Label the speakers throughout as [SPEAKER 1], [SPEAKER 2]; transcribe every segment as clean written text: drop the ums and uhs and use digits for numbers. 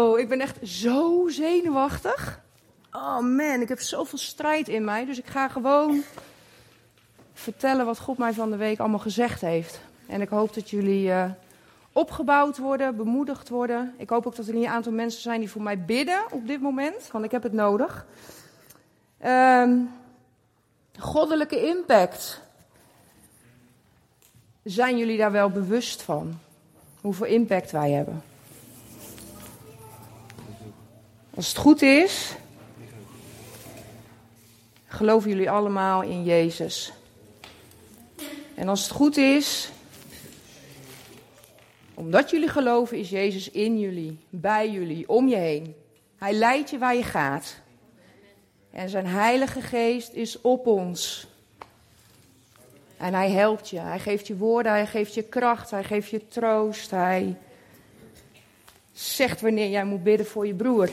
[SPEAKER 1] Oh, ik ben echt zo zenuwachtig. Oh man, ik heb zoveel strijd in mij. Dus ik ga gewoon vertellen wat God mij van de week allemaal gezegd heeft. En ik hoop dat jullie opgebouwd worden, bemoedigd worden. Ik hoop ook dat er een aantal mensen zijn die voor mij bidden op dit moment. Want ik heb het nodig. Goddelijke impact. Zijn jullie daar wel bewust van? Hoeveel impact wij hebben? Als het goed is, geloven jullie allemaal in Jezus. En als het goed is, omdat jullie geloven, is Jezus in jullie, bij jullie, om je heen. Hij leidt je waar je gaat. En zijn Heilige Geest is op ons. En hij helpt je. Hij geeft je woorden, hij geeft je kracht, hij geeft je troost. Hij zegt wanneer jij moet bidden voor je broer.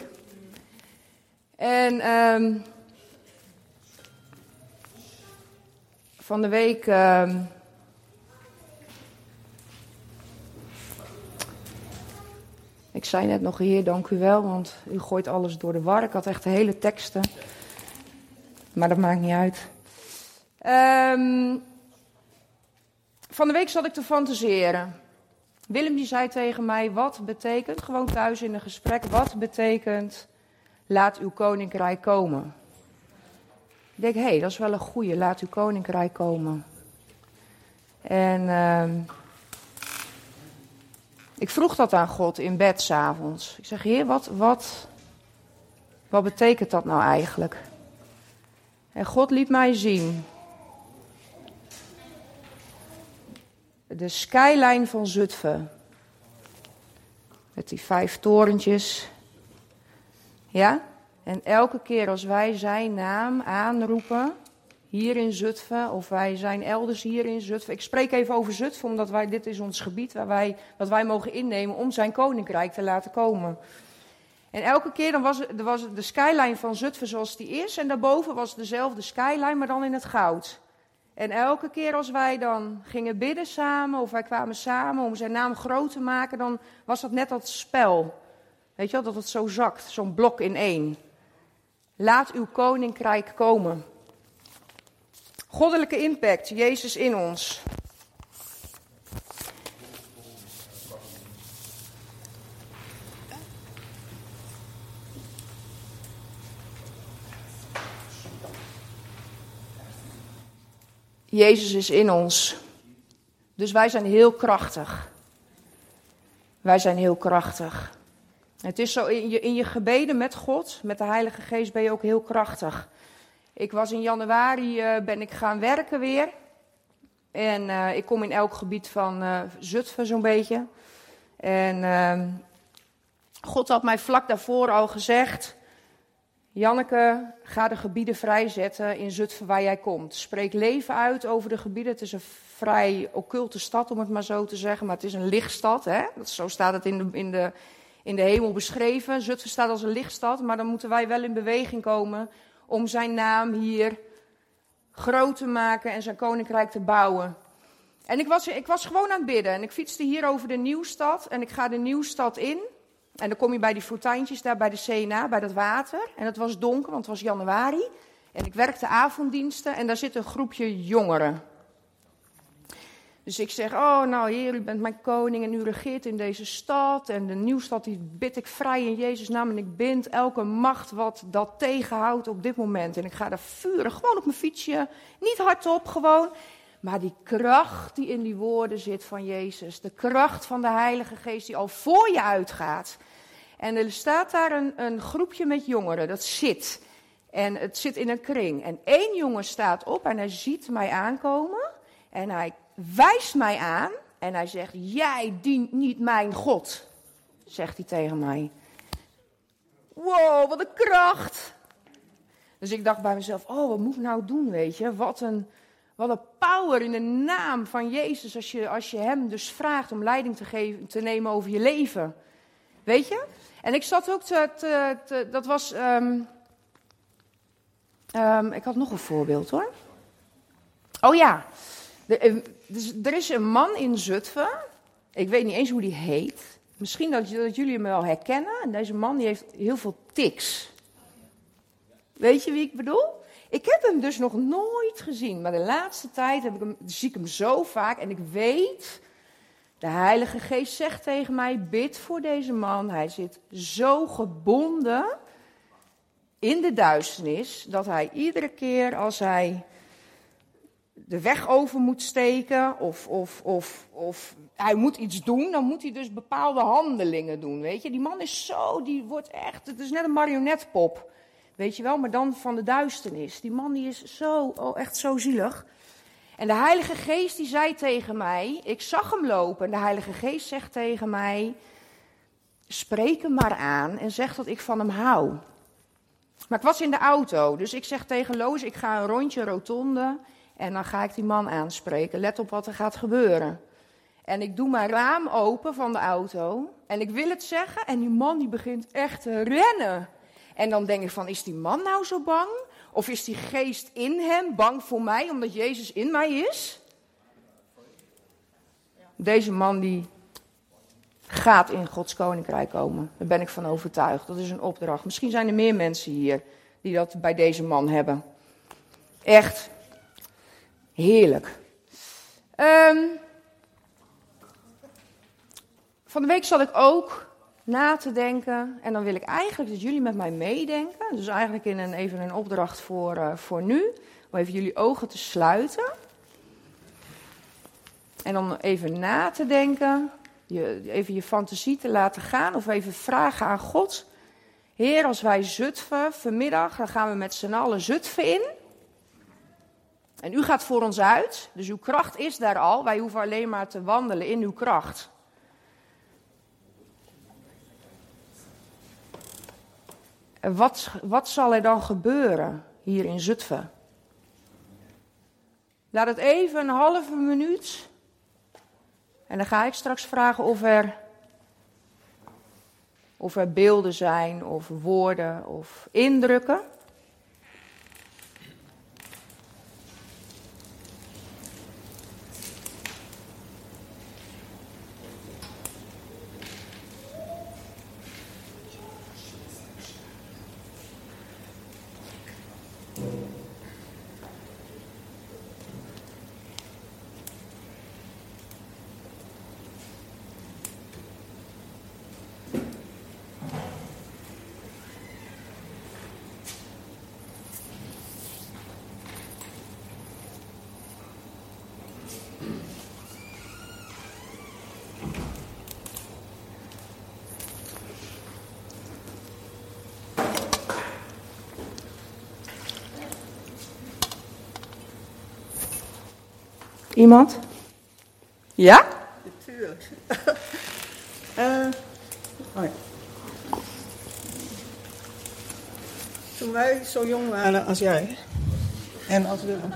[SPEAKER 1] En van de week ik zei net nog, Heer, dank u wel, want u gooit alles door de war. Ik had echt de hele teksten, maar dat maakt niet uit. Van de week zat ik te fantaseren. Willem die zei tegen mij, wat betekent, gewoon thuis in een gesprek, wat betekent, laat uw koninkrijk komen? Ik denk, dat is wel een goeie, laat uw koninkrijk komen. En ik vroeg dat aan God in bed 's avonds. Ik zeg, Heer, wat betekent dat nou eigenlijk? En God liet mij zien de skyline van Zutphen. Met die 5 torentjes. Ja? En elke keer als wij zijn naam aanroepen, hier in Zutphen, of wij zijn elders hier in Zutphen. Ik spreek even over Zutphen, omdat dit is ons gebied wat wij mogen innemen om zijn koninkrijk te laten komen. En elke keer dan was de skyline van Zutphen zoals die is. En daarboven was dezelfde skyline, maar dan in het goud. En elke keer als wij dan gingen bidden samen, of wij kwamen samen om zijn naam groot te maken, dan was dat net dat spel. Weet je wel, dat het zo zakt, zo'n blok in één. Laat uw koninkrijk komen. Goddelijke impact, Jezus in ons. Jezus is in ons. Dus wij zijn heel krachtig. Wij zijn heel krachtig. Het is zo, in je gebeden met God, met de Heilige Geest, ben je ook heel krachtig. Ik was in januari, ben ik gaan werken weer. En ik kom in elk gebied van Zutphen zo'n beetje. En God had mij vlak daarvoor al gezegd, Janneke, ga de gebieden vrijzetten in Zutphen waar jij komt. Spreek leven uit over de gebieden. Het is een vrij occulte stad, om het maar zo te zeggen. Maar het is een lichtstad, hè? Zo staat het in de hemel beschreven. Zutphen staat als een lichtstad, maar dan moeten wij wel in beweging komen om zijn naam hier groot te maken en zijn koninkrijk te bouwen. En ik was gewoon aan het bidden en ik fietste hier over de Nieuwstad en ik ga de Nieuwstad in. En dan kom je bij die fonteintjes daar bij de CNA, bij dat water. En het was donker, want het was januari. En ik werkte avonddiensten en daar zit een groepje jongeren. Dus ik zeg, oh nou Heer, u bent mijn koning en u regeert in deze stad. En de Nieuwstad die bid ik vrij in Jezus' naam. En ik bind elke macht wat dat tegenhoudt op dit moment. En ik ga daar vurig, gewoon op mijn fietsje, niet hardop, gewoon. Maar die kracht die in die woorden zit van Jezus. De kracht van de Heilige Geest die al voor je uitgaat. En er staat daar een groepje met jongeren, dat zit. En het zit in een kring. En 1 jongen staat op en hij ziet mij aankomen. En hij wijst mij aan. En hij zegt, jij dient niet mijn God. Zegt hij tegen mij. Wow, wat een kracht. Dus ik dacht bij mezelf, oh wat moet ik nou doen, weet je. Wat een power in de naam van Jezus. Als je hem dus vraagt om leiding te nemen over je leven. Weet je? En ik zat ook dat was, ik had nog een voorbeeld hoor. Oh ja, er is een man in Zutphen, ik weet niet eens hoe die heet. Misschien dat jullie hem wel herkennen. En deze man die heeft heel veel tics. Weet je wie ik bedoel? Ik heb hem dus nog nooit gezien. Maar de laatste tijd zie ik hem zo vaak. En ik weet, de Heilige Geest zegt tegen mij, bid voor deze man. Hij zit zo gebonden in de duisternis, dat hij iedere keer als hij de weg over moet steken of hij moet iets doen, dan moet hij dus bepaalde handelingen doen, weet je. Die man is zo, die wordt echt, het is net een marionetpop, weet je wel, maar dan van de duisternis. Die man die is zo, echt zo zielig. En de Heilige Geest die zei tegen mij, ik zag hem lopen en de Heilige Geest zegt tegen mij, spreek hem maar aan en zeg dat ik van hem hou. Maar ik was in de auto, dus ik zeg tegen Loos, ik ga een rondje rotonde en dan ga ik die man aanspreken. Let op wat er gaat gebeuren. En ik doe mijn raam open van de auto en ik wil het zeggen en die man die begint echt te rennen. En dan denk ik van, is die man nou zo bang? Of is die geest in hem bang voor mij, omdat Jezus in mij is? Deze man die gaat in Gods koninkrijk komen. Daar ben ik van overtuigd. Dat is een opdracht. Misschien zijn er meer mensen hier die dat bij deze man hebben. Echt heerlijk. Van de week zat ik ook na te denken. En dan wil ik eigenlijk dat jullie met mij meedenken. Dus eigenlijk even een opdracht voor nu. Om even jullie ogen te sluiten. En dan even na te denken. Even je fantasie te laten gaan. Of even vragen aan God. Heer, als wij Zutphen vanmiddag, dan gaan we met z'n allen Zutphen in. En u gaat voor ons uit. Dus uw kracht is daar al. Wij hoeven alleen maar te wandelen in uw kracht. En wat zal er dan gebeuren hier in Zutphen? Laat het even een halve minuut. En dan ga ik straks vragen of er beelden zijn, of woorden, of indrukken. Iemand? Ja?
[SPEAKER 2] Natuurlijk. Ja. Toen wij zo jong waren als jij en als Willem,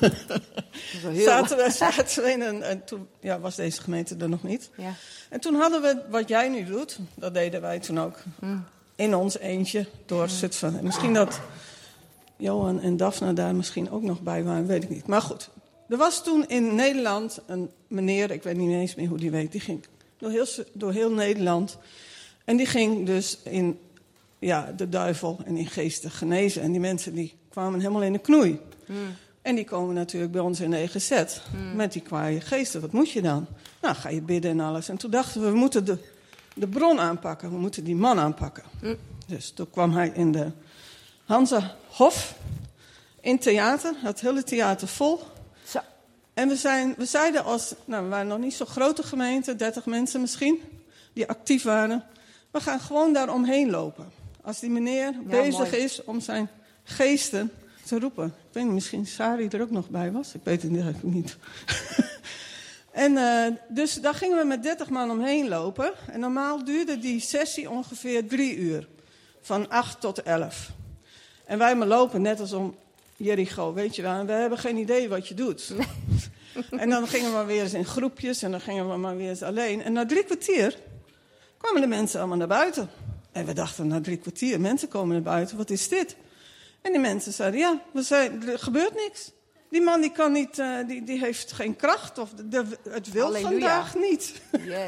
[SPEAKER 2] zaten we in en toen was deze gemeente er nog niet.
[SPEAKER 1] Ja.
[SPEAKER 2] En toen hadden we wat jij nu doet, dat deden wij toen ook in ons eentje door Zutphen. En misschien dat Johan en Daphne daar misschien ook nog bij waren, weet ik niet. Maar goed. Er was toen in Nederland een meneer, ik weet niet eens meer hoe die weet, die ging door heel Nederland. En die ging dus in de duivel en in geesten genezen. En die mensen die kwamen helemaal in de knoei. En die komen natuurlijk bij ons in de EGZ met die kwaaie geesten. Wat moet je dan? Nou, ga je bidden en alles. En toen dachten we moeten de bron aanpakken. We moeten die man aanpakken. Dus toen kwam hij in de Hansehof in theater. Het hele theater vol.
[SPEAKER 1] Zo.
[SPEAKER 2] En we zeiden we waren nog niet zo'n grote gemeente, 30 mensen misschien, die actief waren. We gaan gewoon daar omheen lopen. Als die meneer bezig is om zijn geesten te roepen. Ik weet niet, misschien Sari er ook nog bij was. Ik weet het eigenlijk niet. En dus daar gingen we met 30 man omheen lopen. En normaal duurde die sessie ongeveer 3 uur. Van 8 tot 11. En wij maar lopen net als om Jericho, weet je wel. En we hebben geen idee wat je doet. En dan gingen we weer eens in groepjes en dan gingen we maar weer eens alleen. En na 3 kwartier kwamen de mensen allemaal naar buiten. En we dachten, na 3 kwartier, mensen komen naar buiten, wat is dit? En die mensen zeiden, er gebeurt niks. Die man die kan niet, die heeft geen kracht of het wil
[SPEAKER 1] Halleluja.
[SPEAKER 2] Vandaag niet.
[SPEAKER 1] Yes.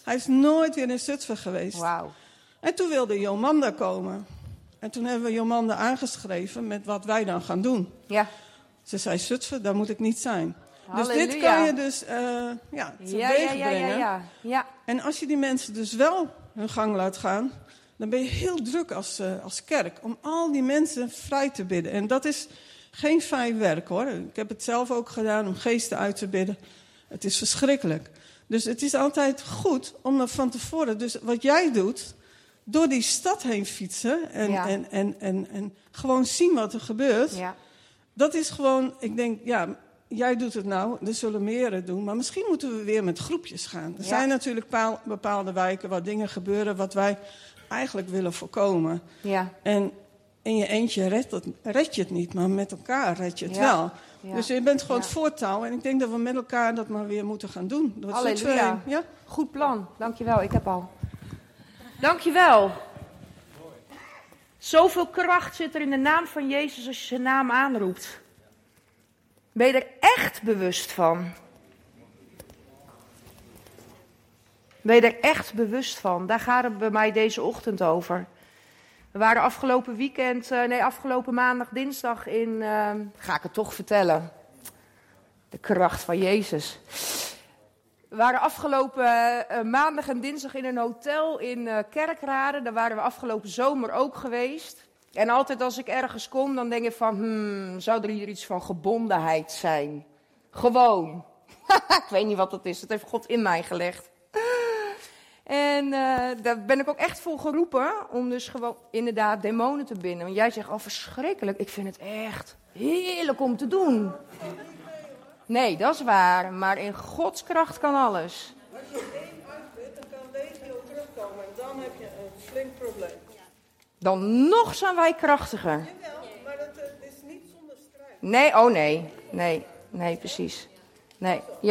[SPEAKER 2] Hij is nooit weer in Zutphen geweest.
[SPEAKER 1] Wauw.
[SPEAKER 2] En toen wilde Jomanda komen. En toen hebben we Jomanda aangeschreven met wat wij dan gaan doen.
[SPEAKER 1] Ja.
[SPEAKER 2] Ze zei, Zutphen, daar moet ik niet zijn.
[SPEAKER 1] Halleluja.
[SPEAKER 2] Dus dit kan je dus teweeg brengen.
[SPEAKER 1] Ja.
[SPEAKER 2] En als je die mensen dus wel hun gang laat gaan, dan ben je heel druk als kerk om al die mensen vrij te bidden. En dat is geen fijn werk hoor. Ik heb het zelf ook gedaan om geesten uit te bidden. Het is verschrikkelijk. Dus het is altijd goed om dat van tevoren. Dus wat jij doet, door die stad heen fietsen en gewoon zien wat er gebeurt.
[SPEAKER 1] Ja.
[SPEAKER 2] Dat is gewoon, ik denk, ja, jij doet het nou, er zullen meer het doen. Maar misschien moeten we weer met groepjes gaan. Er zijn natuurlijk bepaalde wijken waar dingen gebeuren wat wij eigenlijk willen voorkomen.
[SPEAKER 1] Ja.
[SPEAKER 2] En in je eentje red je het niet, maar met elkaar red je het wel. Ja. Dus je bent gewoon het voortouw. En ik denk dat we met elkaar dat maar weer moeten gaan doen.
[SPEAKER 1] Halleluja.
[SPEAKER 2] Ja?
[SPEAKER 1] Goed plan. Dankjewel. Ik heb al. Dankjewel. Zoveel kracht zit er in de naam van Jezus als je zijn naam aanroept. Ben je er echt bewust van? Ben je er echt bewust van? Daar gaat het bij mij deze ochtend over. We waren afgelopen maandag, dinsdag in, ga ik het toch vertellen, de kracht van Jezus. We waren afgelopen maandag en dinsdag in een hotel in Kerkrade. Daar waren we afgelopen zomer ook geweest. En altijd als ik ergens kom, dan denk ik van, zou er hier iets van gebondenheid zijn? Gewoon. Ik weet niet wat dat is, dat heeft God in mij gelegd. En daar ben ik ook echt voor geroepen om dus gewoon inderdaad demonen te binden. Want jij zegt, verschrikkelijk, ik vind het echt heerlijk om te doen. Nee, dat is waar, maar in Gods kracht kan alles.
[SPEAKER 2] Als je één uitbid, dan kan legio terugkomen en dan heb je een flink probleem.
[SPEAKER 1] Dan nog zijn wij krachtiger.
[SPEAKER 2] Jawel, maar het is niet zonder strijd.
[SPEAKER 1] Nee, precies. Nee, je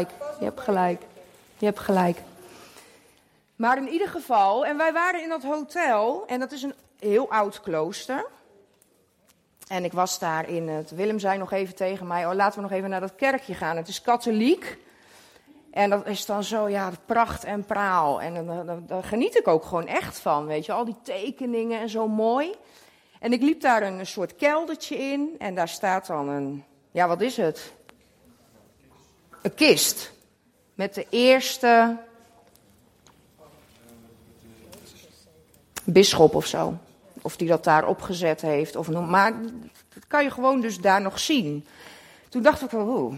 [SPEAKER 1] hebt gelijk. Maar in ieder geval, en wij waren in dat hotel, en dat is een heel oud klooster. En ik was daar in het, Willem zei nog even tegen mij, laten we nog even naar dat kerkje gaan. Het is katholiek. En dat is dan zo, pracht en praal. En daar geniet ik ook gewoon echt van, weet je. Al die tekeningen en zo mooi. En ik liep daar een soort keldertje in. En daar staat dan wat is het? Een kist. Met de eerste bisschop of zo. Of die dat daar opgezet heeft. Maar dat kan je gewoon dus daar nog zien. Toen dacht ik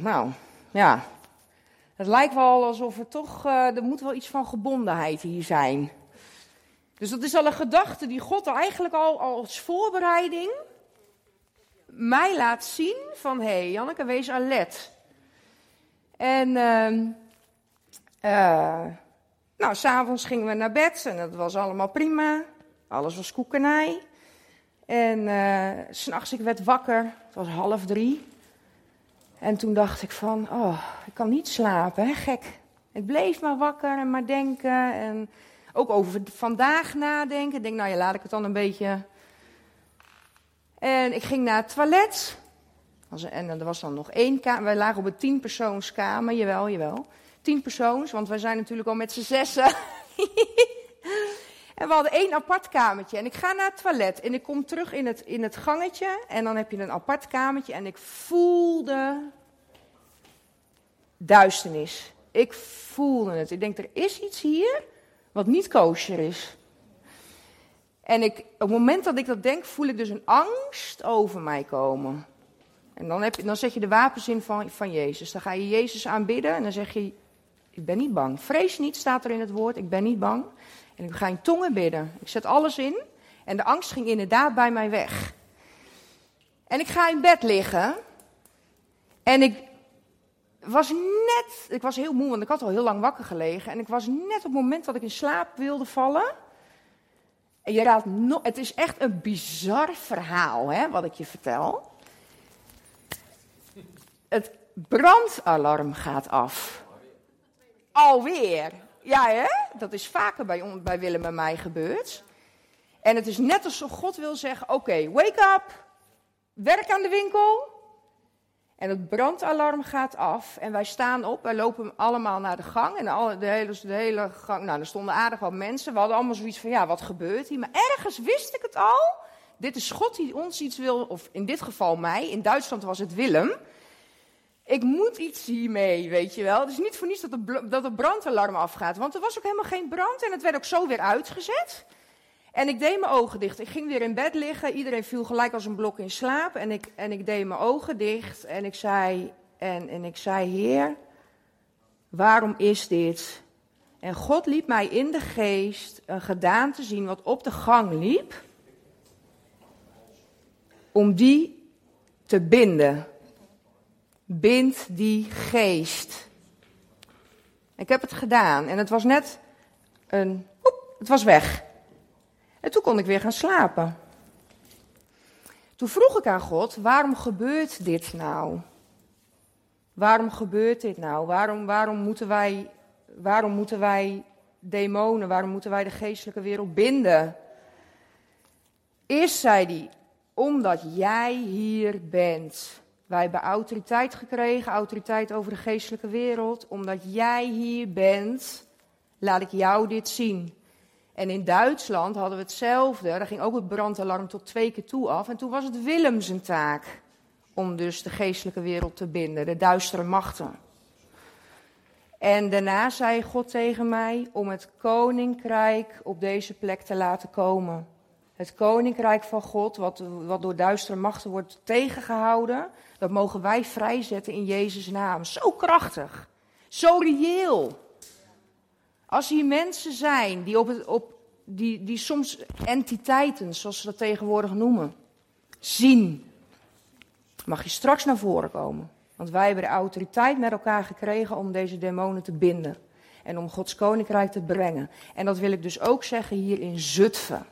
[SPEAKER 1] het lijkt wel alsof er toch, er moet wel iets van gebondenheid hier zijn. Dus dat is al een gedachte die God eigenlijk al als voorbereiding mij laat zien van, hé, Janneke, wees alert. En, 's avonds gingen we naar bed en dat was allemaal prima. Alles was koekenij. En 's nachts ik werd wakker, het was 2:30. En toen dacht ik van, ik kan niet slapen, hè, gek. Ik bleef maar wakker en maar denken. En ook over vandaag nadenken. Ik denk, laat ik het dan een beetje. En ik ging naar het toilet. En er was dan nog 1 kamer. Wij lagen op een 10-persoonskamer, jawel. 10 persoons, want wij zijn natuurlijk al met z'n 6. En we hadden 1 apart kamertje. En ik ga naar het toilet en ik kom terug in het gangetje. En dan heb je een apart kamertje. En ik voelde duisternis. Ik voelde het. Ik denk, er is iets hier wat niet kosher is. En op het moment dat ik dat denk, voel ik dus een angst over mij komen. En dan zet je de wapens in van Jezus. Dan ga je Jezus aanbidden en dan zeg je, ik ben niet bang. Vrees niet, staat er in het woord, ik ben niet bang. En ik ga in tongen bidden. Ik zet alles in. En de angst ging inderdaad bij mij weg. En ik ga in bed liggen. En ik was heel moe, want ik had al heel lang wakker gelegen. En ik was net op het moment dat ik in slaap wilde vallen. En het is echt een bizar verhaal, hè, wat ik je vertel. Het brandalarm gaat af. Alweer. Ja, hè? Dat is vaker bij Willem en mij gebeurd. En het is net alsof God wil zeggen, oké, wake up. Werk aan de winkel. En het brandalarm gaat af en wij staan op, wij lopen allemaal naar de gang. En de hele gang, nou, er stonden aardig wat mensen. We hadden allemaal zoiets van, ja, wat gebeurt hier? Maar ergens wist ik het al. Dit is God die ons iets wil, of in dit geval mij. In Duitsland was het Willem. Ik moet iets hiermee, weet je wel. Het is niet voor niets dat het brandalarm afgaat. Want er was ook helemaal geen brand en het werd ook zo weer uitgezet. En ik deed mijn ogen dicht. Ik ging weer in bed liggen. Iedereen viel gelijk als een blok in slaap. En ik deed mijn ogen dicht. En ik zei, Heer, waarom is dit? En God liet mij in de geest een gedaante zien wat op de gang liep. Om die te binden. Bind die geest. Ik heb het gedaan. En het was net het was weg. En toen kon ik weer gaan slapen. Toen vroeg ik aan God, waarom gebeurt dit nou? Waarom gebeurt dit nou? Waarom moeten wij demonen, waarom moeten wij de geestelijke wereld binden? Eerst zei hij, omdat jij hier bent. Wij hebben autoriteit gekregen, autoriteit over de geestelijke wereld. Omdat jij hier bent, laat ik jou dit zien. En in Duitsland hadden we hetzelfde. Daar ging ook het brandalarm tot 2 keer toe af. En toen was het Willem zijn taak om dus de geestelijke wereld te binden, de duistere machten. En daarna zei God tegen mij om het koninkrijk op deze plek te laten komen. Het koninkrijk van God, wat door duistere machten wordt tegengehouden, dat mogen wij vrijzetten in Jezus' naam. Zo krachtig, zo reëel. Als hier mensen zijn die soms entiteiten, zoals ze dat tegenwoordig noemen, zien, mag je straks naar voren komen. Want wij hebben de autoriteit met elkaar gekregen om deze demonen te binden. En om Gods koninkrijk te brengen. En dat wil ik dus ook zeggen hier in Zutphen.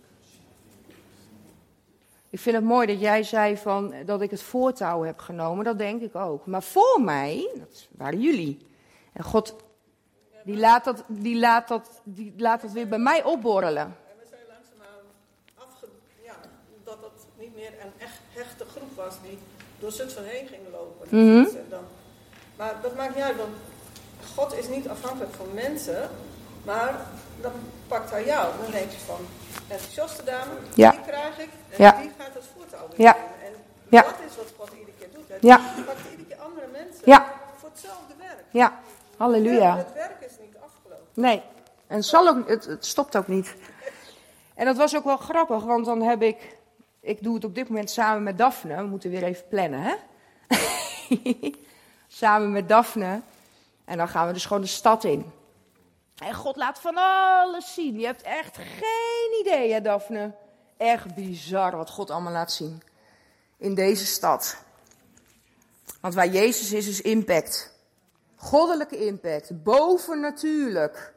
[SPEAKER 1] Ik vind het mooi dat jij zei dat ik het voortouw heb genomen. Dat denk ik ook. Maar voor mij, dat waren jullie. En God, die laat dat weer bij mij opborrelen.
[SPEAKER 2] En we zijn langzaamaan dat het niet meer een echt hechte groep was die door Zutphen heen ging lopen.
[SPEAKER 1] Mm-hmm.
[SPEAKER 2] Maar dat maakt niet uit, want God is niet afhankelijk van mensen, maar dan pakt hij jou. Dan denk je van, enthousiaste dame,
[SPEAKER 1] ja.
[SPEAKER 2] Die krijg ik en die gaat het voortouw weer
[SPEAKER 1] ja.
[SPEAKER 2] nemen. En
[SPEAKER 1] ja.
[SPEAKER 2] dat is wat God iedere keer doet. Hij pakt iedere keer andere mensen voor hetzelfde werk.
[SPEAKER 1] Ja, halleluja.
[SPEAKER 2] Het werk is niet afgelopen.
[SPEAKER 1] Nee, en het stopt ook niet. En dat was ook wel grappig, want dan heb ik doe het op dit moment samen met Daphne. We moeten weer even plannen, hè? Samen met Daphne. En dan gaan we dus gewoon de stad in. En God laat van alles zien. Je hebt echt geen idee, hè, Daphne? Echt bizar wat God allemaal laat zien. In deze stad. Want waar Jezus is impact. Goddelijke impact. Bovennatuurlijk.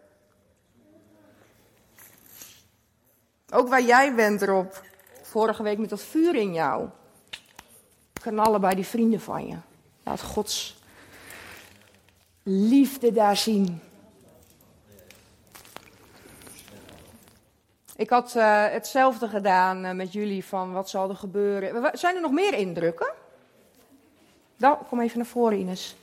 [SPEAKER 1] Ook waar jij bent erop. Vorige week met dat vuur in jou. Knallen bij die vrienden van je. Laat Gods liefde daar zien. Ik had hetzelfde gedaan met jullie van wat zal er gebeuren. Zijn er nog meer indrukken? Kom even naar voren, Ines.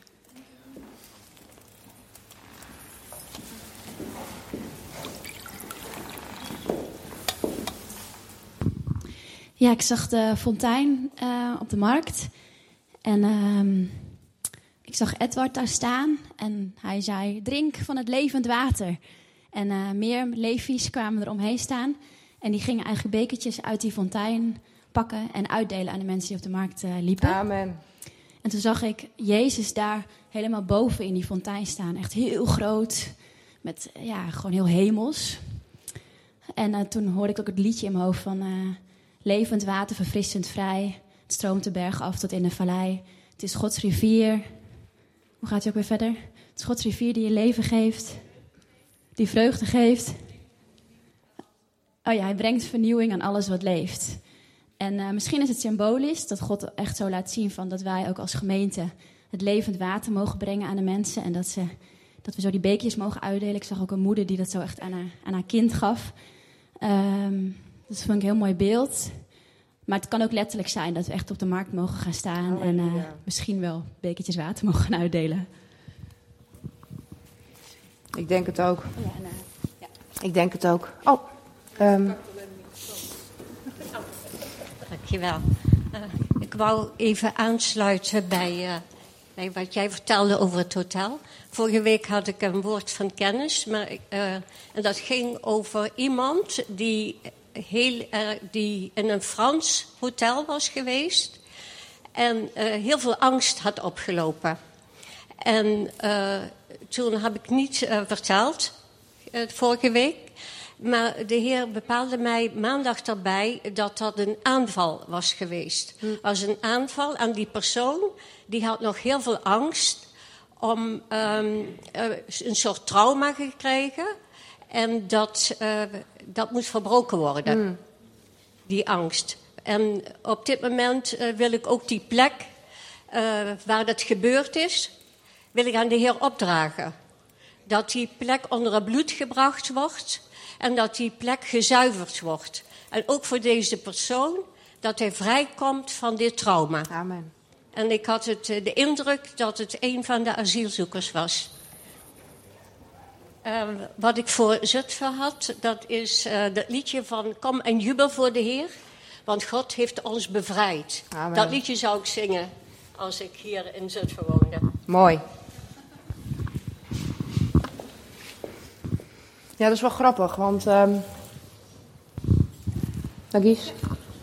[SPEAKER 3] Ja, ik zag de fontein op de markt. En ik zag Edward daar staan. En hij zei, drink van het levend water. En meer levi's kwamen er omheen staan. En die gingen eigenlijk bekertjes uit die fontein pakken en uitdelen aan de mensen die op de markt liepen.
[SPEAKER 1] Amen.
[SPEAKER 3] En toen zag ik Jezus daar helemaal boven in die fontein staan. Echt heel groot. Met gewoon heel hemels. En toen hoorde ik ook het liedje in mijn hoofd van levend water, verfrissend vrij. Het stroomt de bergen af tot in de vallei. Het is Gods rivier. Hoe gaat hij ook weer verder? Het is Gods rivier die je leven geeft. Die vreugde geeft. Oh ja, hij brengt vernieuwing aan alles wat leeft. En misschien is het symbolisch dat God echt zo laat zien van dat wij ook als gemeente het levend water mogen brengen aan de mensen. En dat we zo die beekjes mogen uitdelen. Ik zag ook een moeder die dat zo echt aan haar kind gaf. Dat vond ik een heel mooi beeld. Maar het kan ook letterlijk zijn dat we echt op de markt mogen gaan staan. En misschien wel bekertjes water mogen gaan uitdelen.
[SPEAKER 1] Ik denk het ook.
[SPEAKER 3] Ja.
[SPEAKER 1] Ik denk het ook.
[SPEAKER 4] Dankjewel. Ik wou even aansluiten bij wat jij vertelde over het hotel. Vorige week had ik een woord van kennis. En dat ging over iemand die in een Frans hotel was geweest. En heel veel angst had opgelopen. En toen heb ik niet verteld, vorige week. Maar de Heer bepaalde mij maandag erbij dat een aanval was geweest. Er was een aanval en die persoon die had nog heel veel angst om een soort trauma gekregen. En dat moet verbroken worden, die angst. En op dit moment wil ik ook die plek waar dat gebeurd is, wil ik aan de Heer opdragen. Dat die plek onder het bloed gebracht wordt en dat die plek gezuiverd wordt. En ook voor deze persoon, dat hij vrijkomt van dit trauma.
[SPEAKER 1] Amen.
[SPEAKER 4] En ik had de indruk dat het een van de asielzoekers was. Wat ik voor Zutphen had, dat is dat liedje van Kom en jubel voor de Heer. Want God heeft ons bevrijd.
[SPEAKER 1] Amen.
[SPEAKER 4] Dat liedje zou ik zingen als ik hier in Zutphen woonde.
[SPEAKER 1] Mooi. Ja, dat is wel grappig, want... Nagies?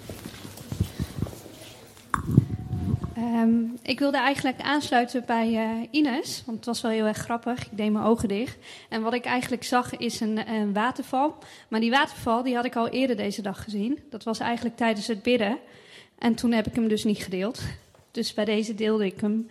[SPEAKER 5] Ik wilde eigenlijk aansluiten bij Ines, want het was wel heel erg grappig. Ik deed mijn ogen dicht. En wat ik eigenlijk zag is een waterval. Maar die waterval die had ik al eerder deze dag gezien. Dat was eigenlijk tijdens het bidden. En toen heb ik hem dus niet gedeeld. Dus bij deze deelde ik hem.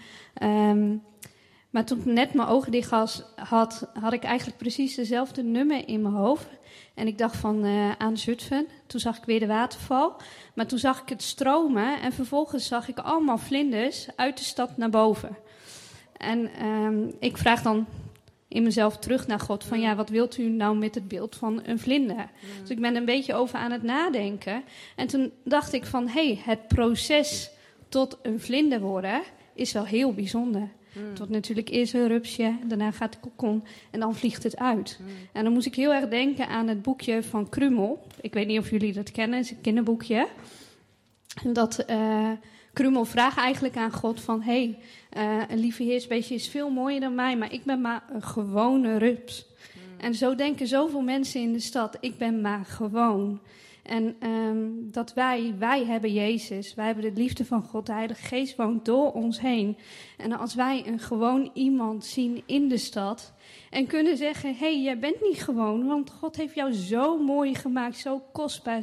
[SPEAKER 5] Maar toen ik net mijn ogen dicht had ik eigenlijk precies dezelfde nummer in mijn hoofd. En ik dacht aan Zutphen. Toen zag ik weer de waterval. Maar toen zag ik het stromen. En vervolgens zag ik allemaal vlinders uit de stad naar boven. En ik vraag dan in mezelf terug naar God. Van wat wilt u nou met het beeld van een vlinder? Dus ik ben er een beetje over aan het nadenken. En toen dacht ik het proces tot een vlinder worden is wel heel bijzonder. Het wordt natuurlijk eerst een rupsje, daarna gaat de kokon en dan vliegt het uit. En dan moest ik heel erg denken aan het boekje van Krummel. Ik weet niet of jullie dat kennen, het is een kinderboekje. En dat Krummel vraagt eigenlijk aan God van... een lieve heersbeestje is veel mooier dan mij, maar ik ben maar een gewone rups. En zo denken zoveel mensen in de stad, ik ben maar gewoon. En dat wij hebben Jezus, wij hebben de liefde van God, de Heilige Geest woont door ons heen. En als wij een gewoon iemand zien in de stad en kunnen zeggen, jij bent niet gewoon, want God heeft jou zo mooi gemaakt, zo kostbaar,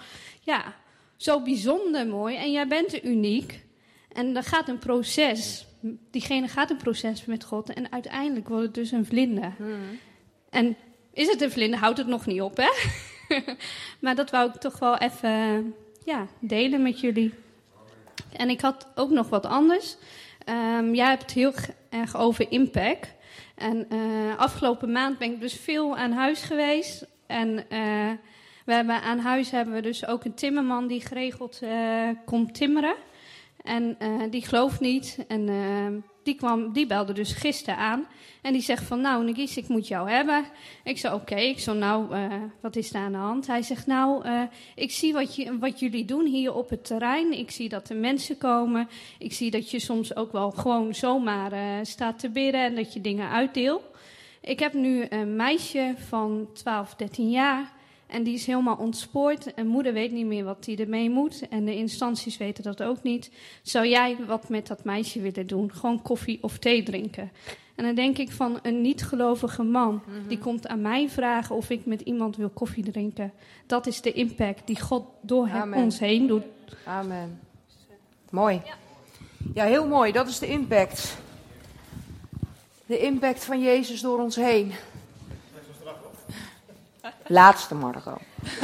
[SPEAKER 5] zo bijzonder mooi en jij bent uniek. En dan gaat een proces, diegene gaat een proces met God en uiteindelijk wordt het dus een vlinder. En is het een vlinder, houdt het nog niet op, hè? Maar dat wou ik toch wel even delen met jullie. En ik had ook nog wat anders. Jij hebt het heel erg over impact. En afgelopen maand ben ik dus veel aan huis geweest. En aan huis hebben we dus ook een timmerman die geregeld komt timmeren. En die gelooft niet. En die belde dus gisteren aan. En die zegt van, nou Nagies, ik moet jou hebben. Ik zei, oké. Ik zei, wat is daar aan de hand? Hij zegt, ik zie wat jullie doen hier op het terrein. Ik zie dat er mensen komen. Ik zie dat je soms ook wel gewoon zomaar staat te bidden en dat je dingen uitdeelt. Ik heb nu een meisje van 12, 13 jaar. En die is helemaal ontspoord. En moeder weet niet meer wat die ermee moet. En de instanties weten dat ook niet. Zou jij wat met dat meisje willen doen? Gewoon koffie of thee drinken? En dan denk ik van een niet-gelovige man. Die komt aan mij vragen of ik met iemand wil koffie drinken. Dat is de impact die God door ons heen doet.
[SPEAKER 1] Amen. Mooi. Ja, heel mooi. Dat is de impact. De impact van Jezus door ons heen. Laatste, Margot.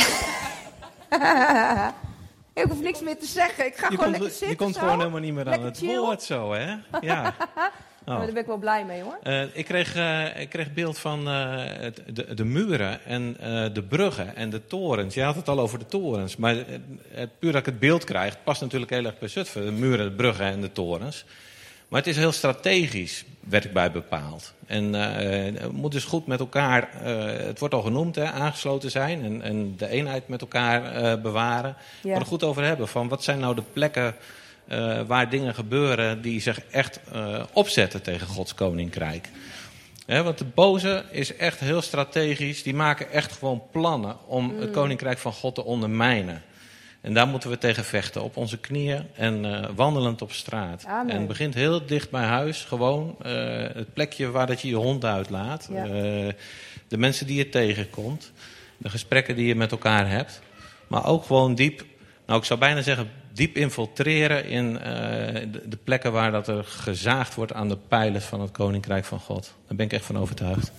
[SPEAKER 1] Ik hoef niks meer te zeggen. Ik ga gewoon lekker zitten.
[SPEAKER 6] Je komt gewoon helemaal niet meer aan het woord zo, hè? Ja.
[SPEAKER 1] Maar daar ben ik wel blij mee, hoor.
[SPEAKER 6] Ik kreeg beeld van de muren en de bruggen en de torens. Je had het al over de torens. Maar puur dat ik het beeld krijg, past natuurlijk heel erg bij Zutphen. De muren, de bruggen en de torens. Maar het is heel strategisch, werd ik bij bepaald. En we moeten dus goed met elkaar, het wordt al genoemd, aangesloten zijn. En de eenheid met elkaar bewaren. Ja. We er goed over hebben van wat zijn nou de plekken waar dingen gebeuren die zich echt opzetten tegen Gods koninkrijk. Want de boze is echt heel strategisch. Die maken echt gewoon plannen om het koninkrijk van God te ondermijnen. En daar moeten we tegen vechten. Op onze knieën en wandelend op straat.
[SPEAKER 1] Amen.
[SPEAKER 6] En het begint heel dicht bij huis. Gewoon het plekje waar dat je hond uitlaat. Ja. De mensen die je tegenkomt. De gesprekken die je met elkaar hebt. Maar ook gewoon diep, nou ik zou bijna zeggen, diep infiltreren in de plekken waar dat er gezaagd wordt aan de pijlen van het koninkrijk van God. Daar ben ik echt van overtuigd.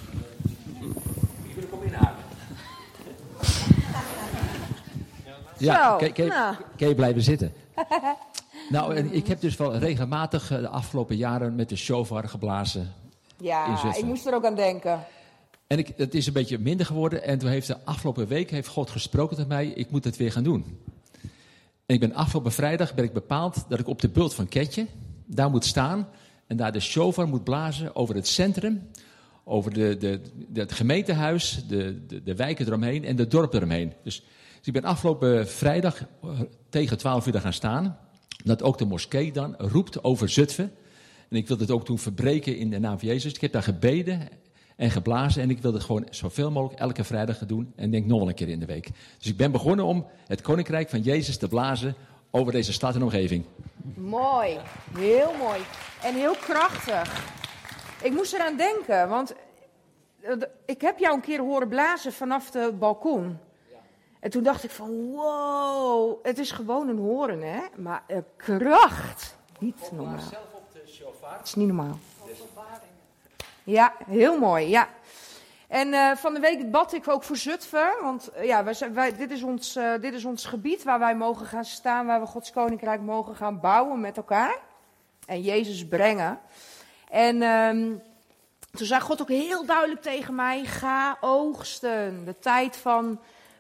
[SPEAKER 7] Ja, kan je blijven zitten? Nou, en ik heb dus wel regelmatig de afgelopen jaren met de shofar geblazen.
[SPEAKER 1] Ja, ik moest er ook aan denken.
[SPEAKER 7] En het is een beetje minder geworden. En toen heeft de afgelopen week heeft God gesproken tot mij, ik moet het weer gaan doen. En afgelopen vrijdag ben ik bepaald dat ik op de bult van Ketje daar moet staan. En daar de shofar moet blazen over het centrum. Over het gemeentehuis, de wijken eromheen en de dorpen eromheen. Dus ik ben afgelopen vrijdag tegen 12 uur daar gaan staan. Dat ook de moskee dan roept over Zutphen. En ik wil het ook toen verbreken in de naam van Jezus. Ik heb daar gebeden en geblazen. En ik wil het gewoon zoveel mogelijk elke vrijdag gaan doen. En denk nog wel een keer in de week. Dus ik ben begonnen om het koninkrijk van Jezus te blazen over deze stad en omgeving.
[SPEAKER 1] Mooi, heel mooi. En heel krachtig. Ik moest eraan denken, want ik heb jou een keer horen blazen vanaf de balkon. En toen dacht ik van, wow, het is gewoon een horen, hè. Maar kracht, niet normaal. Het is niet normaal. Ja, heel mooi, ja. En van de week bad ik ook voor Zutphen. Want ja, dit is ons gebied waar wij mogen gaan staan. Waar we Gods koninkrijk mogen gaan bouwen met elkaar. En Jezus brengen. En toen zei God ook heel duidelijk tegen mij, ga oogsten. De tijd van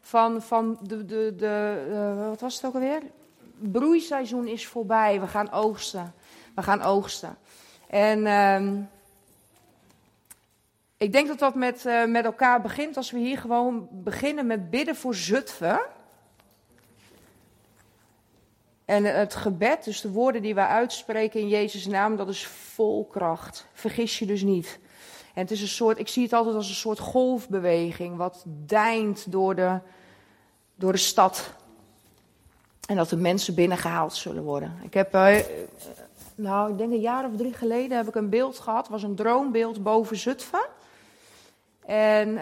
[SPEAKER 1] wat was het ook alweer? Broeiseizoen is voorbij. We gaan oogsten. We gaan oogsten. En ik denk dat dat met elkaar begint als we hier gewoon beginnen met bidden voor Zutphen. En het gebed, dus de woorden die wij uitspreken in Jezus' naam, dat is vol kracht. Vergis je dus niet. En het is een soort, ik zie het altijd als een soort golfbeweging wat deint door de stad. En dat de mensen binnengehaald zullen worden. Ik heb, ik denk een jaar of 3 geleden heb ik een beeld gehad. Het was een droombeeld boven Zutphen. En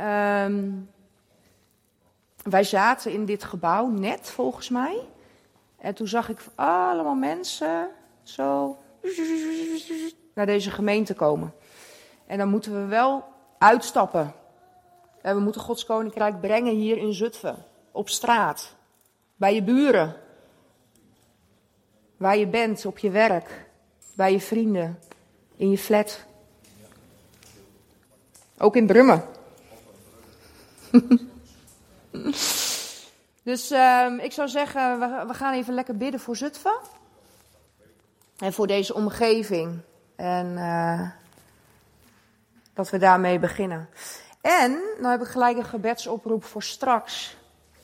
[SPEAKER 1] wij zaten in dit gebouw net, volgens mij. En toen zag ik allemaal mensen zo naar deze gemeente komen. En dan moeten we wel uitstappen. En we moeten Gods koninkrijk brengen hier in Zutphen. Op straat. Bij je buren. Waar je bent, op je werk. Bij je vrienden. In je flat. Ook in Brummen. Dus ik zou zeggen, we gaan even lekker bidden voor Zutphen. En voor deze omgeving. En dat we daarmee beginnen. En, nou heb ik gelijk een gebedsoproep voor straks.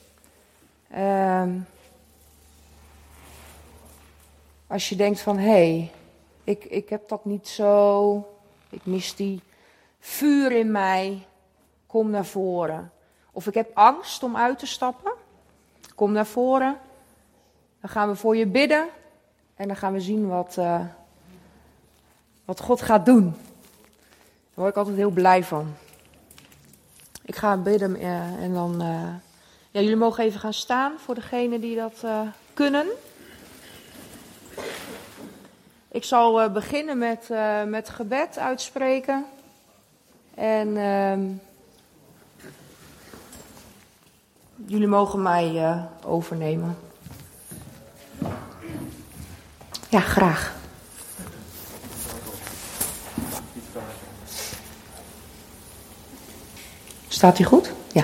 [SPEAKER 1] Als je denkt van, hé, ik heb dat niet zo. Ik mis die vuur in mij. Kom naar voren. Of ik heb angst om uit te stappen. Kom naar voren. Dan gaan we voor je bidden. En dan gaan we zien wat God gaat doen. Daar word ik altijd heel blij van. Ik ga bidden en dan... jullie mogen even gaan staan voor degenen die dat kunnen. Ik zal beginnen met gebed uitspreken. En jullie mogen mij overnemen. Ja, graag. Staat hij goed? Ja.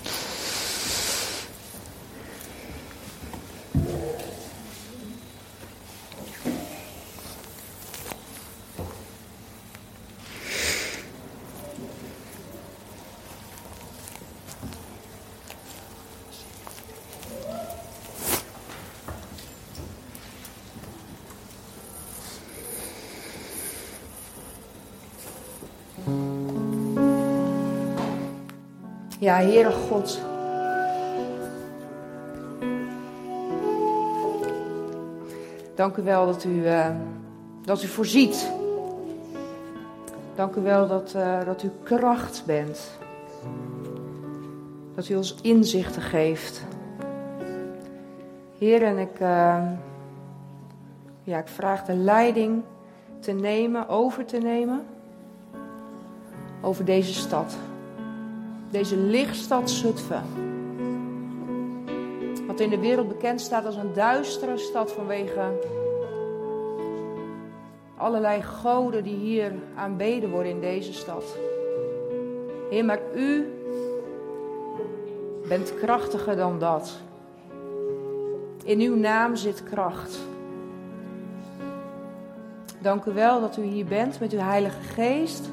[SPEAKER 1] Ja, Heere God. Dank u wel dat u voorziet. Dank u wel dat u kracht bent. Dat u ons inzichten geeft. Heer, en ik vraag de leiding over te nemen over deze stad. Deze lichtstad Zutphen. Wat in de wereld bekend staat als een duistere stad vanwege allerlei goden die hier aanbeden worden in deze stad. Heer, maar u bent krachtiger dan dat. In uw naam zit kracht. Dank u wel dat u hier bent met uw Heilige Geest.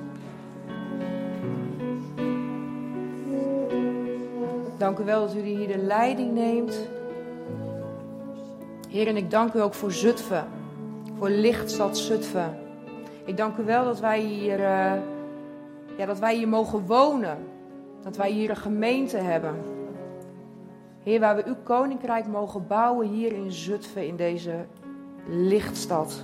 [SPEAKER 1] Dank u wel dat u hier de leiding neemt. Heer, en ik dank u ook voor Zutphen. Voor Lichtstad Zutphen. Ik dank u wel dat wij hier mogen wonen. Dat wij hier een gemeente hebben. Heer, waar we uw koninkrijk mogen bouwen hier in Zutphen, in deze Lichtstad.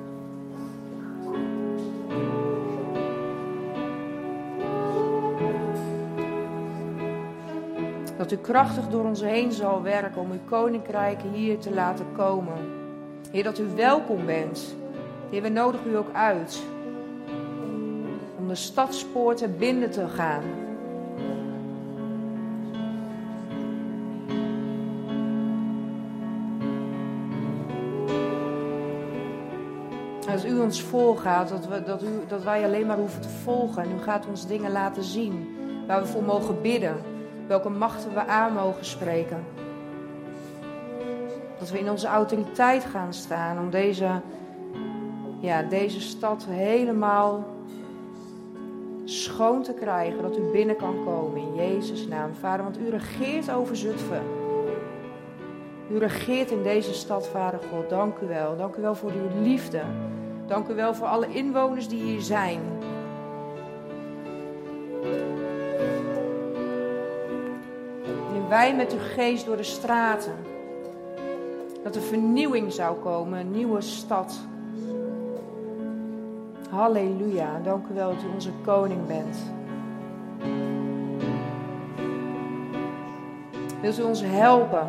[SPEAKER 1] Dat u krachtig door ons heen zal werken om uw koninkrijk hier te laten komen. Heer, dat u welkom bent. Heer, we nodigen u ook uit om de stadspoorten binnen te gaan. Als u ons volgaat, dat wij alleen maar hoeven te volgen. En u gaat ons dingen laten zien waar we voor mogen bidden. Welke machten we aan mogen spreken. Dat we in onze autoriteit gaan staan om deze stad helemaal schoon te krijgen. Dat u binnen kan komen in Jezus' naam. Vader, want u regeert over Zutphen. U regeert in deze stad, Vader God. Dank u wel. Dank u wel voor uw liefde. Dank u wel voor alle inwoners die hier zijn. Wij met uw geest door de straten. Dat er vernieuwing zou komen, een nieuwe stad. Halleluja, dank u wel dat u onze koning bent. Wilt u ons helpen?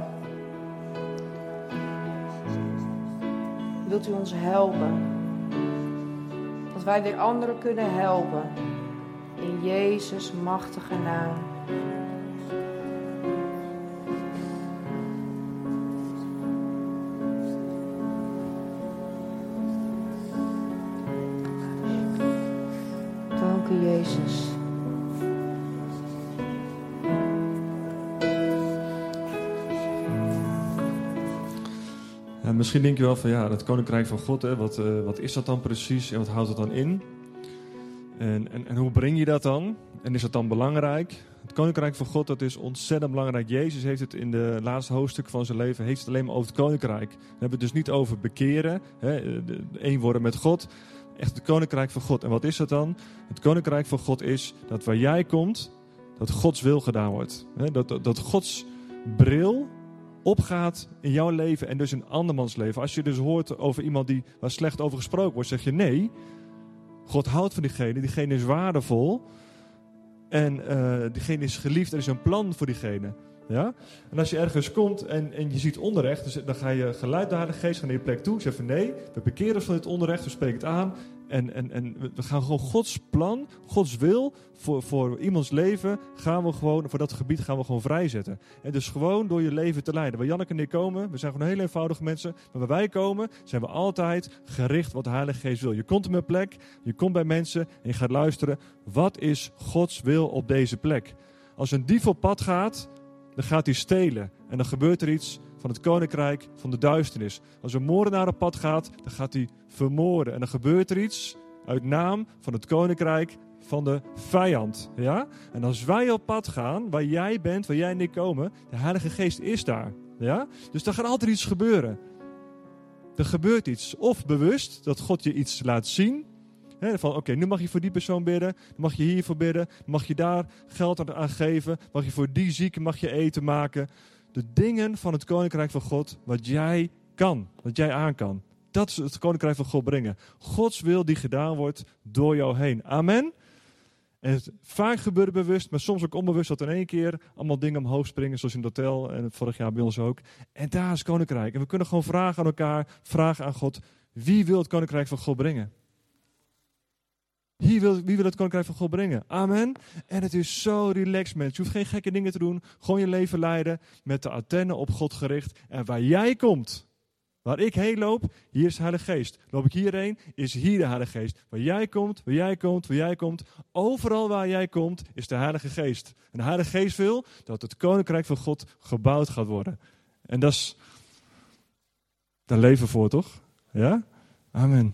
[SPEAKER 1] Wilt u ons helpen? Dat wij weer anderen kunnen helpen. In Jezus' machtige naam. Jezus.
[SPEAKER 8] Ja, misschien denk je wel van het koninkrijk van God, hè, wat is dat dan precies en wat houdt het dan in? En hoe breng je dat dan? En is dat dan belangrijk? Het koninkrijk van God, dat is ontzettend belangrijk. Jezus heeft het in de laatste hoofdstukken van zijn leven heeft het alleen maar over het koninkrijk. We hebben het dus niet over bekeren, één worden met God. Echt het koninkrijk van God. En wat is dat dan? Het koninkrijk van God is dat waar jij komt, dat Gods wil gedaan wordt. Dat Gods bril opgaat in jouw leven en dus in andermans leven. Als je dus hoort over iemand waar slecht over gesproken wordt, zeg je nee. God houdt van diegene is waardevol. En diegene is geliefd, er is een plan voor diegene. Ja? En als je ergens komt en je ziet onrecht, dus dan ga je geluid naar de geest, ga naar je plek toe. Zeg van nee, we bekeren ons van dit onrecht, we spreken het aan. En we gaan gewoon Gods plan, Gods wil voor iemands leven, voor dat gebied gaan we gewoon vrijzetten. En dus gewoon door je leven te leiden. Waar Janneke en ik komen, we zijn gewoon heel eenvoudige mensen. Maar waar wij komen, zijn we altijd gericht wat de Heilige Geest wil. Je komt op een plek, je komt bij mensen en je gaat luisteren. Wat is Gods wil op deze plek? Als een dief op pad gaat, dan gaat hij stelen. En dan gebeurt er iets van het koninkrijk van de duisternis. Als een moordenaar op pad gaat, dan gaat hij vermoorden. En dan gebeurt er iets uit naam van het koninkrijk van de vijand. Ja? En als wij op pad gaan, waar jij bent, waar jij en ik komen, de Heilige Geest is daar. Ja? Dus er gaat altijd iets gebeuren. Er gebeurt iets. Of bewust, dat God je iets laat zien. Van oké, nu mag je voor die persoon bidden. Dan mag je hiervoor bidden. Dan mag je daar geld aan geven. Mag je voor die zieke mag je eten maken. De dingen van het koninkrijk van God, wat jij kan. Wat jij aan kan. Dat is het koninkrijk van God brengen. Gods wil die gedaan wordt door jou heen. Amen. En vaak gebeurt het bewust, maar soms ook onbewust dat in één keer allemaal dingen omhoog springen, zoals in het hotel en vorig jaar bij ons ook. En daar is het koninkrijk. En we kunnen gewoon vragen aan elkaar, vragen aan God, wie wil het koninkrijk van God brengen? Wie wil het koninkrijk van God brengen? Amen. En het is zo relaxed, mensen. Je hoeft geen gekke dingen te doen. Gewoon je leven leiden met de antennen op God gericht. En waar jij komt, waar ik heen loop, hier is de Heilige Geest. Loop ik hierheen, is hier de Heilige Geest. Waar jij komt, waar jij komt, waar jij komt. Overal waar jij komt, is de Heilige Geest. En de Heilige Geest wil dat het koninkrijk van God gebouwd gaat worden. En dat is... daar leven we voor, toch? Ja? Amen.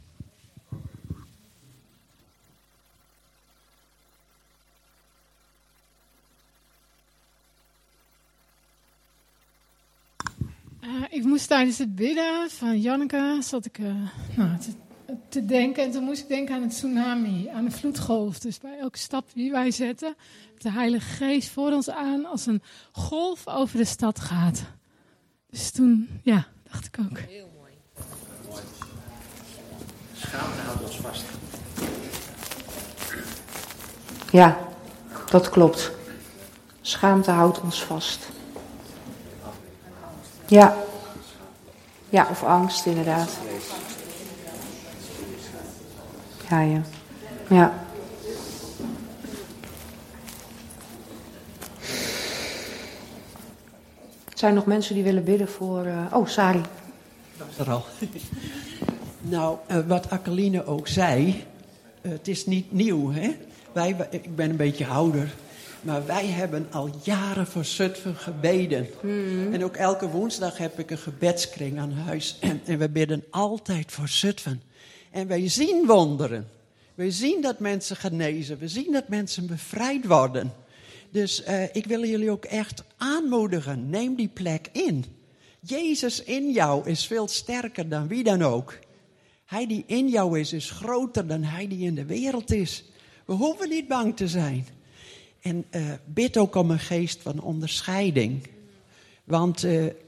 [SPEAKER 9] Ik moest tijdens het bidden van Janneke, zat ik te denken. En toen moest ik denken aan het tsunami, aan de vloedgolf. Dus bij elke stap die wij zetten, de Heilige Geest voor ons aan als een golf over de stad gaat. Dus toen, ja, dacht ik ook.
[SPEAKER 10] Heel mooi. Mooi. Schaamte houdt ons vast.
[SPEAKER 1] Ja, dat klopt. Schaamte houdt ons vast. Ja. Ja, of angst inderdaad. Ja. Er zijn nog mensen die willen bidden voor... Oh, Sari.
[SPEAKER 10] Dat is er al. Nou, wat Akkeline ook zei, het is niet nieuw, hè? Ik ben een beetje ouder, maar wij hebben al jaren voor Zutphen gebeden. En ook elke woensdag heb ik een gebedskring aan huis. En we bidden altijd voor Zutphen. En wij zien wonderen. We zien dat mensen genezen. We zien dat mensen bevrijd worden. Dus ik wil jullie ook echt aanmoedigen. Neem die plek in. Jezus in jou is veel sterker dan wie dan ook. Hij die in jou is groter dan hij die in de wereld is. We hoeven niet bang te zijn. En bid ook om een geest van onderscheiding. Want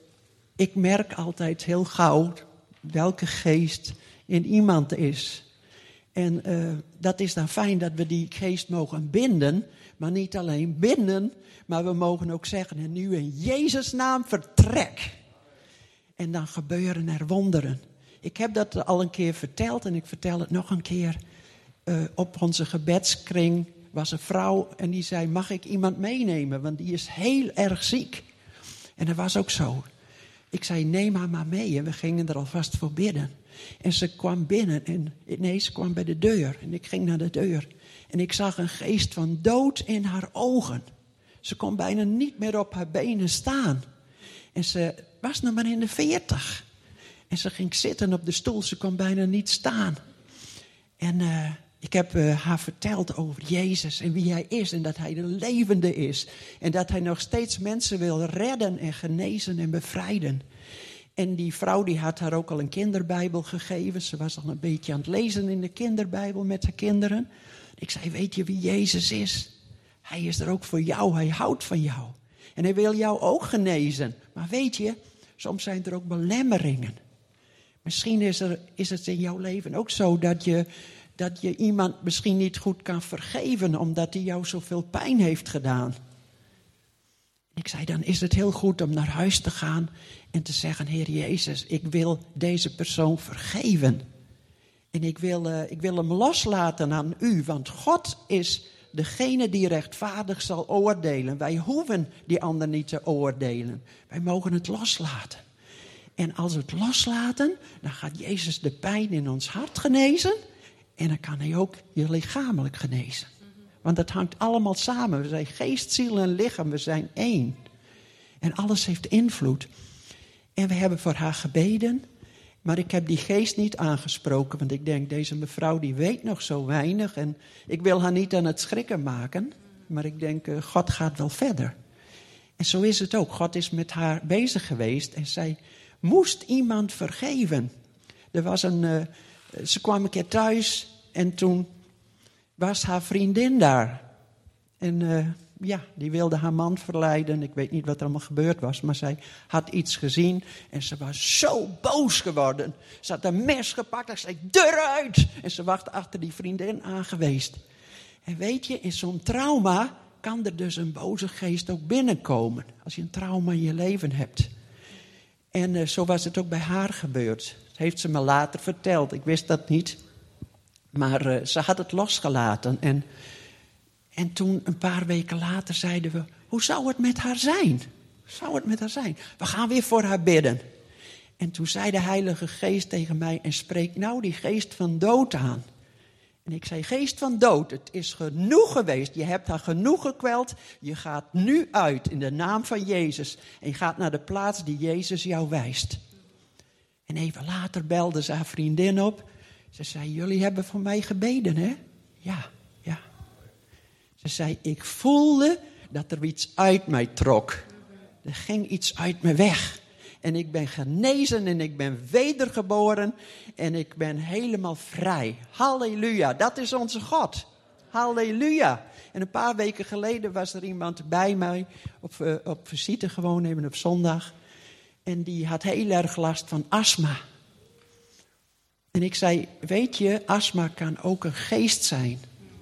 [SPEAKER 10] ik merk altijd heel gauw welke geest in iemand is. En dat is dan fijn dat we die geest mogen binden. Maar niet alleen binden, maar we mogen ook zeggen, en nu in Jezus' naam vertrek. En dan gebeuren er wonderen. Ik heb dat al een keer verteld en ik vertel het nog een keer. Op onze gebedskring was een vrouw en die zei, mag ik iemand meenemen? Want die is heel erg ziek. En dat was ook zo. Ik zei, neem haar maar mee. En we gingen er alvast voor bidden. En ze kwam binnen. Ze kwam bij de deur. En ik ging naar de deur. En ik zag een geest van dood in haar ogen. Ze kon bijna niet meer op haar benen staan. En ze was nog maar in de 40. En ze ging zitten op de stoel. Ze kon bijna niet staan. En ik heb haar verteld over Jezus en wie hij is. En dat hij de levende is. En dat hij nog steeds mensen wil redden en genezen en bevrijden. En die vrouw die had haar ook al een kinderbijbel gegeven. Ze was al een beetje aan het lezen in de kinderbijbel met haar kinderen. Ik zei, weet je wie Jezus is? Hij is er ook voor jou. Hij houdt van jou. En hij wil jou ook genezen. Maar weet je, soms zijn er ook belemmeringen. Misschien is het in jouw leven ook zo dat je iemand misschien niet goed kan vergeven, omdat hij jou zoveel pijn heeft gedaan. Ik zei, dan is het heel goed om naar huis te gaan en te zeggen, Heer Jezus, ik wil deze persoon vergeven. En ik wil hem loslaten aan u, want God is degene die rechtvaardig zal oordelen. Wij hoeven die ander niet te oordelen. Wij mogen het loslaten. En als we het loslaten, dan gaat Jezus de pijn in ons hart genezen. En dan kan hij ook je lichamelijk genezen. Want het hangt allemaal samen. We zijn geest, ziel en lichaam. We zijn één. En alles heeft invloed. En we hebben voor haar gebeden. Maar ik heb die geest niet aangesproken. Want ik denk, deze mevrouw die weet nog zo weinig. En ik wil haar niet aan het schrikken maken. Maar ik denk, God gaat wel verder. En zo is het ook. God is met haar bezig geweest. En zij moest iemand vergeven. Ze kwam een keer thuis. En toen was haar vriendin daar. En die wilde haar man verleiden. Ik weet niet wat er allemaal gebeurd was. Maar zij had iets gezien. En ze was zo boos geworden. Ze had een mes gepakt. En zei, eruit! En ze was achter die vriendin aan geweest. En weet je, in zo'n trauma kan er dus een boze geest ook binnenkomen. Als je een trauma in je leven hebt. En zo was het ook bij haar gebeurd. Dat heeft ze me later verteld. Ik wist dat niet. Maar ze had het losgelaten. En toen, een paar weken later, zeiden we, hoe zou het met haar zijn? We gaan weer voor haar bidden. En toen zei de Heilige Geest tegen mij, en spreek nou die geest van dood aan. En ik zei, geest van dood, het is genoeg geweest. Je hebt haar genoeg gekweld. Je gaat nu uit in de naam van Jezus. En je gaat naar de plaats die Jezus jou wijst. En even later belde ze haar vriendin op. Ze zei, jullie hebben voor mij gebeden, hè? Ja. Ze zei, ik voelde dat er iets uit mij trok. Er ging iets uit me weg. En ik ben genezen en ik ben wedergeboren. En ik ben helemaal vrij. Halleluja, dat is onze God. Halleluja. En een paar weken geleden was er iemand bij mij op visite gewoon even op zondag. En die had heel erg last van astma. En ik zei, weet je, astma kan ook een geest zijn.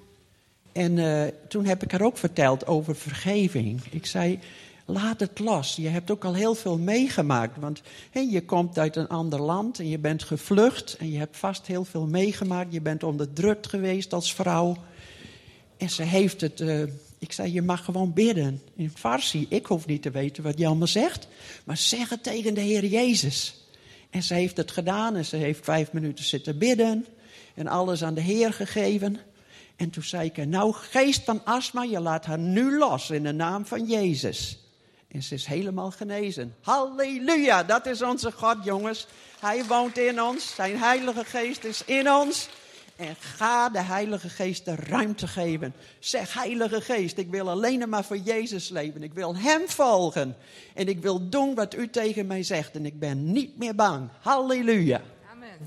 [SPEAKER 10] En toen heb ik haar ook verteld over vergeving. Ik zei, laat het los. Je hebt ook al heel veel meegemaakt. Want je komt uit een ander land en je bent gevlucht. En je hebt vast heel veel meegemaakt. Je bent onderdrukt geweest als vrouw. En ze heeft het... ik zei, je mag gewoon bidden. In Farsi, ik hoef niet te weten wat je allemaal zegt. Maar zeg het tegen de Heer Jezus. En ze heeft het gedaan en ze heeft 5 minuten zitten bidden. En alles aan de Heer gegeven. En toen zei ik, nou geest van astma, je laat haar nu los in de naam van Jezus. En ze is helemaal genezen. Halleluja, dat is onze God, jongens. Hij woont in ons, zijn Heilige Geest is in ons. En ga de Heilige Geest de ruimte geven. Zeg, Heilige Geest, ik wil alleen maar voor Jezus leven. Ik wil Hem volgen. En ik wil doen wat u tegen mij zegt. En ik ben niet meer bang. Halleluja.
[SPEAKER 1] Amen.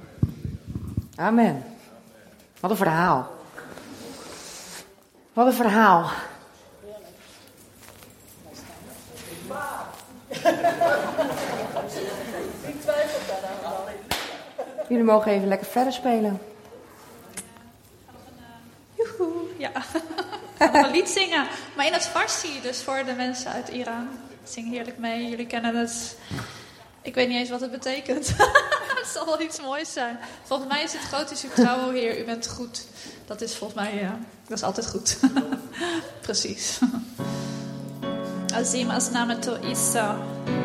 [SPEAKER 1] Amen. Wat een verhaal. Wat een verhaal. Jullie mogen even lekker verder spelen.
[SPEAKER 11] Joehoe, ja. Ik ga nog een lied zingen. Maar in het Farsi, dus voor de mensen uit Iran. Ik zing heerlijk mee, jullie kennen het. Ik weet niet eens wat het betekent. Het zal wel iets moois zijn. Volgens mij is het groot is uw trouw, o Heer, u bent goed. Dat is volgens mij, dat is altijd goed. Precies. Azim as name to Isa.